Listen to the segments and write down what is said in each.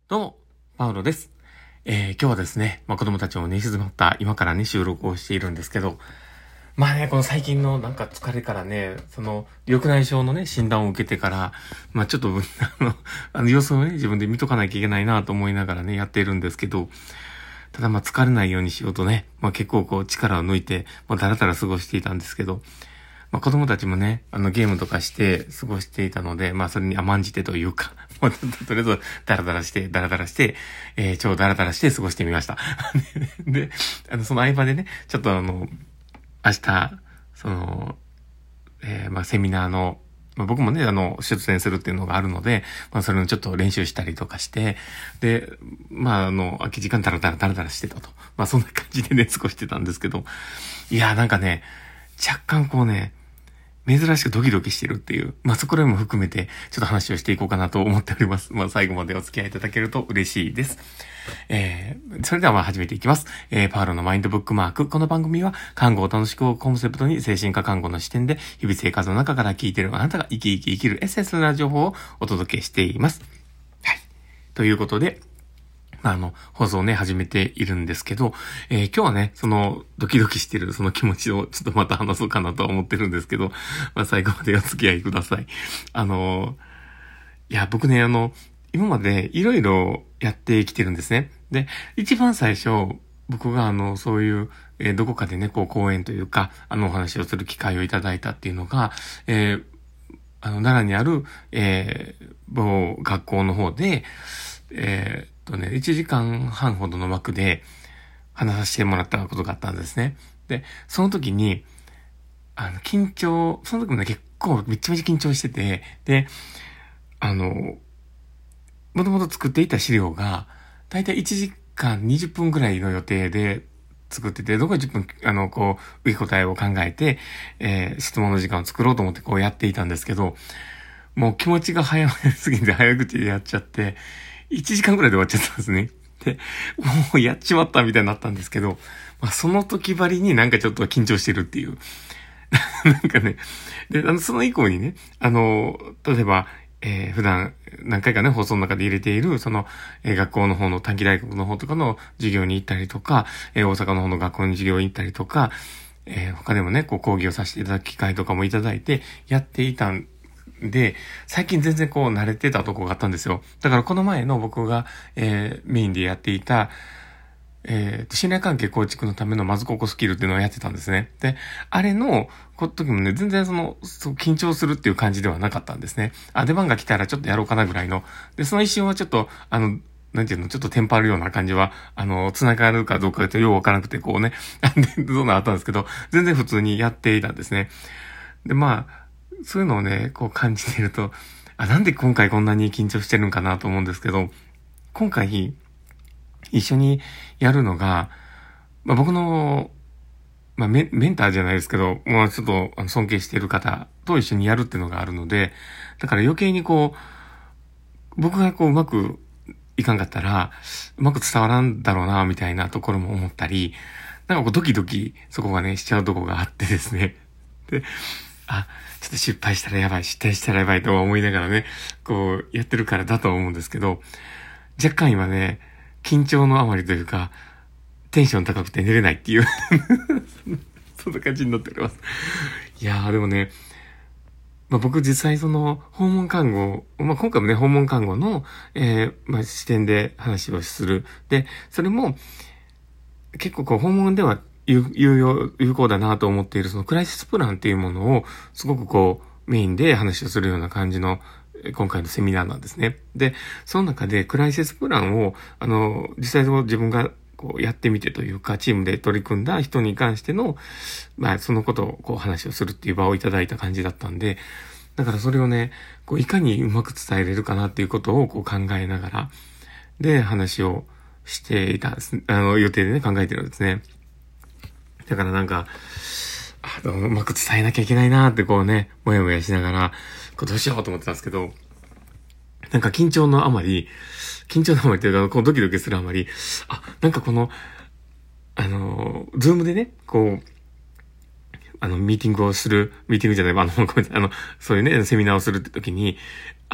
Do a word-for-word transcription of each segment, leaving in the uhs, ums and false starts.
どうも、パウロです。えー、今日はですね、まあ、子供たちも寝静まった今からね、収録をしているんですけど、まあね、この最近のなんか疲れからね、その、緑内障のね、診断を受けてから、まあちょっと、あの、あの様子をね、自分で見とかなきゃいけないなと思いながらね、やっているんですけど、ただまあ疲れないようにしようとね、まあ結構こう力を抜いて、まあだらだら過ごしていたんですけど、まあ子供たちもね、あのゲームとかして過ごしていたので、まあそれに甘んじてというか、もうととりあえずダラダラして、ダラダラして、えー、超ダラダラして過ごしてみました。で、あのその合間でね、ちょっとあの、明日、その、えー、まあセミナーの、まあ、僕もね、あの、出演するっていうのがあるので、まあそれのちょっと練習したりとかして、で、まああの、空き時間ダラダラダラダラしてたと。まあそんな感じでね、過ごしてたんですけど、いやーなんかね、若干こうね、珍しくドキドキしてるっていう、まあそこら辺も含めて、ちょっと話をしていこうかなと思っております。まあ最後までお付き合いいただけると嬉しいです。えー、それではまあ始めていきます。えー、パウロのマインドブックマーク。この番組は、看護を楽しくをコンセプトに精神科看護の視点で、日々生活の中から聞いているあなたが生き生き生きるエッセンスな情報をお届けしています。はい。ということで、あの、放送をね、始めているんですけど、えー、今日はね、その、ドキドキしてるその気持ちをちょっとまた話そうかなとは思ってるんですけど、まあ最後までお付き合いください。あの、いや、僕ね、あの、今までいろいろやってきてるんですね。で、一番最初、僕があの、そういう、えー、どこかでね、こう、講演というか、あの、お話をする機会をいただいたっていうのが、えー、あの、奈良にある、えー、某学校の方で、えー、とね、いちじかんはんほどの枠で話させてもらったことがあったんですね。で、その時に、あの、緊張、その時もね、結構めっちゃめちゃ緊張してて、で、あの、もともと作っていた資料が、だいたいいちじかんにじゅっぷんぐらいの予定で作ってて、どこかじゅっぷん、あの、こう、受け答えを考えて、えー、質問の時間を作ろうと思ってこうやっていたんですけど、もう気持ちが早すぎて早口でやっちゃって、いちじかんくらいで終わっちゃったんですね。で、もうやっちまったみたいになったんですけど、まあ、その時ばりになんかちょっと緊張してるっていう。なんかね、で、あの、その以降にね、あの、例えば、えー、普段何回かね、放送の中で入れている、その、えー、学校の方の短期大学の方とかの授業に行ったりとか、えー、大阪の方の学校の授業に行ったりとか、えー、他でもね、こう講義をさせていただく機会とかもいただいて、やっていたんで、最近全然こう慣れてたとこがあったんですよ。だからこの前の僕が、えー、メインでやっていた、えー、信頼関係構築のためのまずここスキルっていうのをやってたんですね。で、あれの、この時もね、全然その、そう緊張するっていう感じではなかったんですね。あ、出番が来たらちょっとやろうかなぐらいの。で、その一瞬はちょっと、あの、なんていうの、ちょっとテンパるような感じは、あの、繋がるかどうかとようわからなくて、こうね、で、どうなあったんですけど、全然普通にやっていたんですね。で、まあ、そういうのをね、こう感じてると、あ、なんで今回こんなに緊張してるんかなと思うんですけど、今回、一緒にやるのが、まあ、僕の、まあメ、メンターじゃないですけど、もうちょっとあの尊敬している方と一緒にやるっていうのがあるので、だから余計にこう、僕がこううまくいかんかったら、うまく伝わらんだろうな、みたいなところも思ったり、なんかこうドキドキそこがね、しちゃうとこがあってですね。で、あ、ちょっと失敗したらやばい、失敗したらやばいと思いながらね、こうやってるからだと思うんですけど、若干今ね、緊張のあまりというか、テンション高くて寝れないっていうそんな感じになっております。いやーでもね、まあ、僕実際その訪問看護、まあ、今回もね、訪問看護の、えー、まあ、視点で話をする。で、それも結構こう訪問では有用、有効だなと思っているそのクライシスプランっていうものをすごくこうメインで話をするような感じの今回のセミナーなんですね。で、その中でクライシスプランを、あの、実際自分がこうやってみてというか、チームで取り組んだ人に関しての、まあ、そのことをこう話をするっていう場をいただいた感じだったんで、だからそれをね、こういかにうまく伝えれるかなっていうことをこう考えながら、で、話をしていたんです。あの、予定でね、考えてるんですね。だからなんか、あうまく伝えなきゃいけないなーってこうね、もやもやしながら、こうどうしようと思ってたんですけど、なんか緊張のあまり、緊張のあまりというか、こうドキドキするあまり、あ、なんかこの、あの、ズームでね、こう、あの、ミーティングをする、ミーティングじゃない、あの、ごめんなさい、あの、そういうね、セミナーをするって時に、あ、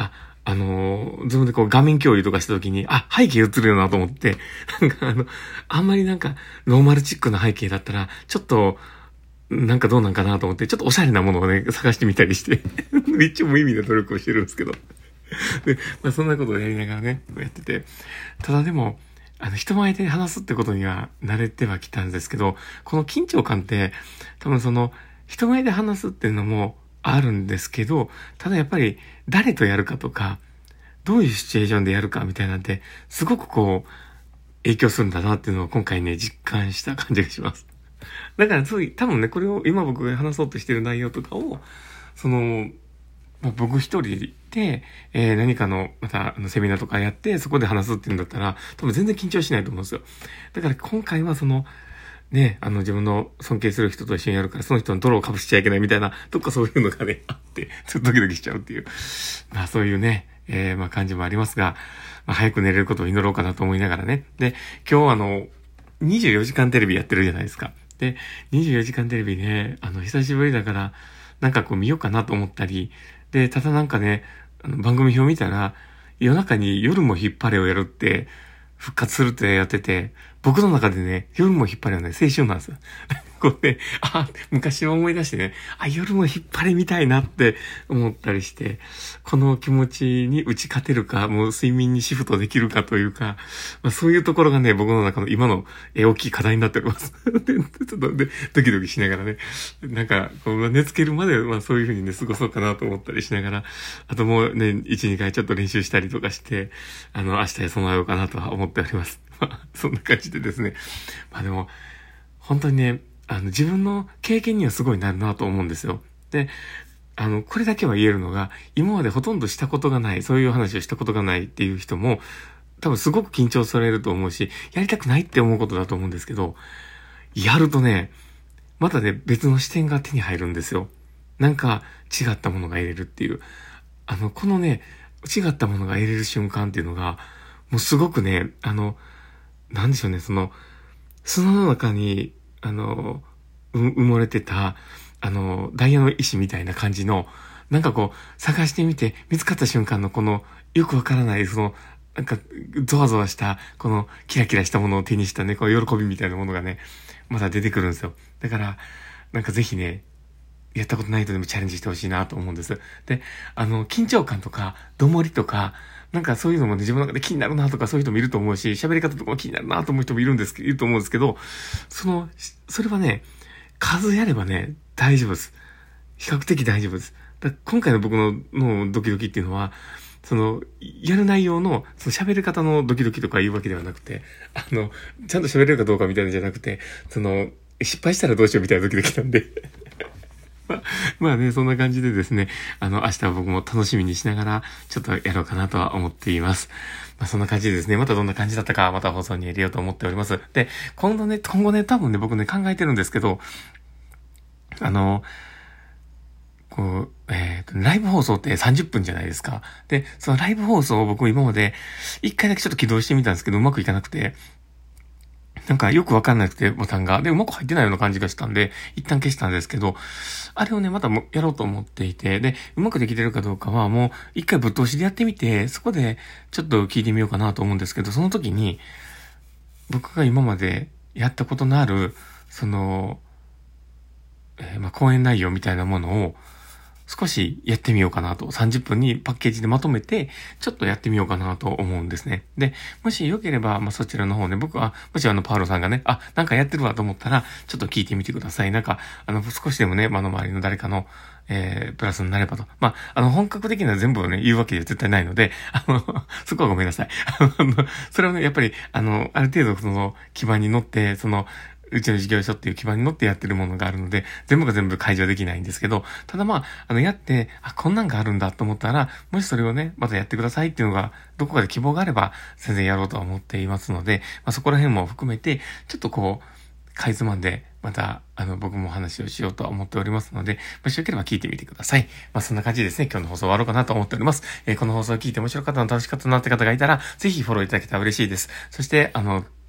あの、ズームでこう画面共有とかした時に、あ、背景映るよなと思って、なんかあの、あんまりなんか、ノーマルチックな背景だったら、ちょっと、なんかどうなんかなと思って、ちょっとおしゃれなものをね、探してみたりして、一応無意味な努力をしてるんですけど。で、まあそんなことをやりながらね、やってて。ただでも、あの、人前で話すってことには慣れてはきたんですけど、この緊張感って、多分その、人前で話すっていうのもあるんですけど、ただやっぱり、誰とやるかとか、どういうシチュエーションでやるかみたいなんて、すごくこう、影響するんだなっていうのを今回ね、実感した感じがします。だからそういう、多分ね、これを今僕が話そうとしてる内容とかを、その、まあ、僕一人で、えー、何かの、また、あの、セミナーとかやって、そこで話すっていうんだったら、多分全然緊張しないと思うんですよ。だから今回はその、ね、あの、自分の尊敬する人と一緒にやるから、その人の泥をかぶしちゃいけないみたいな、とかそういうのがね、あって、ちょっとドキドキしちゃうっていう、まあそういうね、えー、まあ感じもありますが、まあ早く寝れることを祈ろうかなと思いながらね。で、今日あの、にじゅうよじかんテレビやってるじゃないですか。で、にじゅうよじかんテレビね、あの、久しぶりだから、なんかこう見ようかなと思ったり、で、ただなんかね、あの番組表見たら、夜中に夜も引っ張れをやるって、復活するってやってて、僕の中でね、夜も引っ張れはね、青春なんですよ。こうね、あ、昔を思い出してね、あ、夜も引っ張れみたいなって思ったりして、この気持ちに打ち勝てるか、もう睡眠にシフトできるかというか、まあ、そういうところがね、僕の中の今の大きい課題になっております。で、ちょっとで、ドキドキしながらね、なんか、こう寝つけるまで、まあそういう風にね、過ごそうかなと思ったりしながら、あともうね、いち、にかいちょっと練習したりとかして、あの、明日へ備えようかなとは思っております。まあ、そんな感じでですね。まあでも、本当にね、あの、自分の経験にはすごいなるなと思うんですよ。で、あの、これだけは言えるのが、今までほとんどしたことがない、そういう話をしたことがないっていう人も、多分すごく緊張されると思うし、やりたくないって思うことだと思うんですけど、やるとね、またね、別の視点が手に入るんですよ。なんか違ったものが得れるっていう。あの、このね、違ったものが得れる瞬間っていうのが、もうすごくね、あの、なんでしょうね、その、砂の中に、あの、う埋もれてた、あの、ダイヤの石みたいな感じの、なんかこう、探してみて、見つかった瞬間のこの、よくわからない、その、なんか、ゾワゾワした、この、キラキラしたものを手にしたね、この喜びみたいなものがね、また出てくるんですよ。だから、なんかぜひね、やったことない人でもチャレンジしてほしいなと思うんです。で、あの、緊張感とか、どもりとか、なんかそういうのもね、自分の中で気になるなとか、そういう人もいると思うし、喋り方とかも気になるなと思う人もいるんですけど、いると思うんですけど、その、それはね、数やればね、大丈夫です。比較的大丈夫です。だ今回の僕ののドキドキっていうのは、その、やる内容の、その喋り方のドキドキとかいうわけではなくて、あの、ちゃんと喋れるかどうかみたいなのじゃなくて、その、失敗したらどうしようみたいなドキドキなんで。まあ、まあね、そんな感じでですね、あの、明日は僕も楽しみにしながら、ちょっとやろうかなとは思っています。まあそんな感じでですね、またどんな感じだったか、また放送に入れようと思っております。で、今度ね、今後ね、多分ね、僕ね、考えてるんですけど、あの、こう、えっと、ライブ放送ってさんじゅっぷんじゃないですか。で、そのライブ放送を僕も今まで、一回だけちょっと起動してみたんですけど、うまくいかなくて、なんかよくわかんなくてボタンが。で、うまく入ってないような感じがしたんで、一旦消したんですけど、あれをね、またもやろうと思っていて、で、うまくできてるかどうかはもう一回ぶっ通しでやってみて、そこでちょっと聞いてみようかなと思うんですけど、その時に、僕が今までやったことのある、その、えー、まあ、講演内容みたいなものを、少しやってみようかなと。さんじゅっぷんにパッケージでまとめて、ちょっとやってみようかなと思うんですね。で、もしよければ、まあ、そちらの方ね、僕は、もしあの、パウロさんがね、あ、なんかやってるわと思ったら、ちょっと聞いてみてください。なんか、あの、少しでもね、まあの周りの誰かの、えー、プラスになればと。まあ、あの、本格的な全部をね、言うわけでは絶対ないので、あの、そこはごめんなさい。あの、それはね、やっぱり、あの、ある程度その、基盤に乗って、その、うちの事業所っていう基盤に乗ってやってるものがあるので、全部が全部解除できないんですけど、ただまあ、あの、やって、あ、こんなんがあるんだと思ったら、もしそれをね、またやってくださいっていうのが、どこかで希望があれば、全然やろうとは思っていますので、まあそこら辺も含めて、ちょっとこう、かいつまんで、また、あの、僕も話をしようとは思っておりますので、もしよければ聞いてみてください。まあ、そんな感じでですね、今日の放送終わろうかなと思っております。えー、この放送を聞いて面白かったな、楽しかったなって方がいたら、ぜひフォローいただけたら嬉しいです。そして、あの、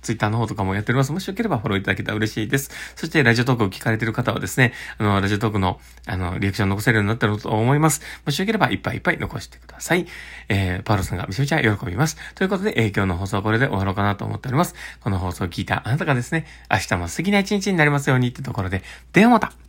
ツイッターの方とかもやっております。もしよければフォローいただけたら嬉しいです。そしてラジオトークを聞かれている方はですね、あの、ラジオトークの、あの、リアクション残せるようになったらと思います。もしよければいっぱいいっぱい残してください。えー、パウロさんがめちゃめちゃ喜びます。ということで、えー、今日の放送はこれで終わろうかなと思っております。この放送を聞いたあなたがですね、明日も素敵な一日になりますようにってところで、ではまた